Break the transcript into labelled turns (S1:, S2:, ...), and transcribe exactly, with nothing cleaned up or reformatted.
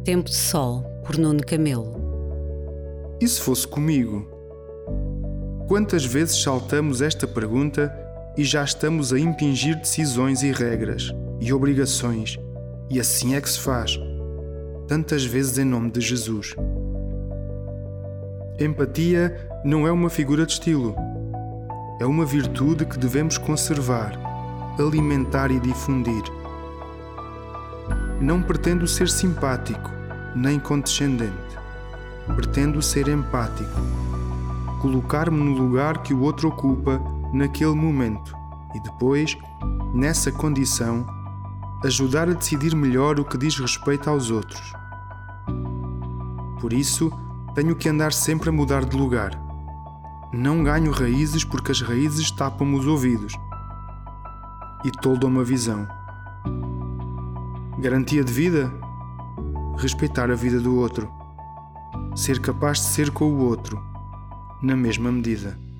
S1: Tempo de Sol, por Nuno Camelo.
S2: E se fosse comigo? Quantas vezes saltamos esta pergunta e já estamos a impingir decisões e regras e obrigações, e assim é que se faz, tantas vezes em nome de Jesus. Empatia não é uma figura de estilo, é uma virtude que devemos conservar, alimentar e difundir. Não pretendo ser simpático, nem condescendente. Pretendo ser empático. Colocar-me no lugar que o outro ocupa naquele momento e depois, nessa condição, ajudar a decidir melhor o que diz respeito aos outros. Por isso, tenho que andar sempre a mudar de lugar. Não ganho raízes porque as raízes tapam-me os ouvidos e toldam-me a visão. Garantia de vida? Respeitar a vida do outro. Ser capaz de ser com o outro, na mesma medida.